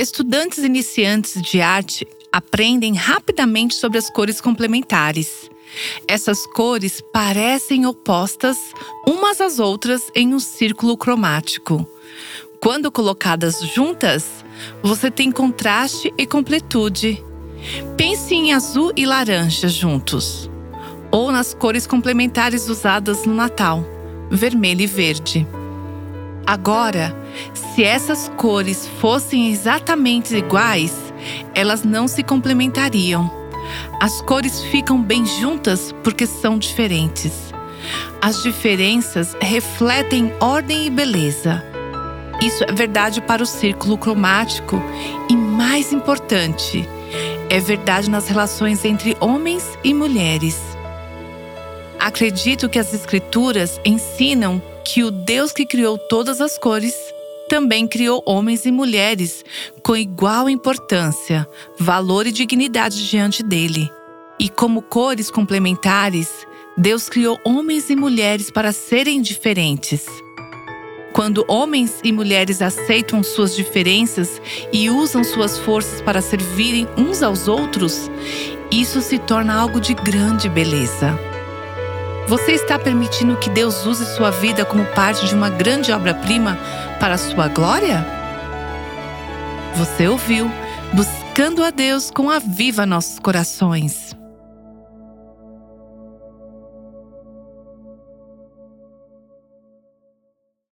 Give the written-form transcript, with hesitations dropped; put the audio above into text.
Estudantes iniciantes de arte aprendem rapidamente sobre as cores complementares. Essas cores parecem opostas umas às outras em um círculo cromático. Quando colocadas juntas, você tem contraste e completude. Pense em azul e laranja juntos, ou nas cores complementares usadas no Natal, vermelho e verde. Agora, se essas cores fossem exatamente iguais, elas não se complementariam. As cores ficam bem juntas porque são diferentes. As diferenças refletem ordem e beleza. Isso é verdade para o círculo cromático e, mais importante, é verdade nas relações entre homens e mulheres. Acredito que as Escrituras ensinam que o Deus que criou todas as cores também criou homens e mulheres com igual importância, valor e dignidade diante dele. E como cores complementares, Deus criou homens e mulheres para serem diferentes. Quando homens e mulheres aceitam suas diferenças e usam suas forças para servirem uns aos outros, isso se torna algo de grande beleza. Você está permitindo que Deus use sua vida como parte de uma grande obra-prima para a sua glória? Você ouviu Buscando a Deus com Aviva Nossos Corações.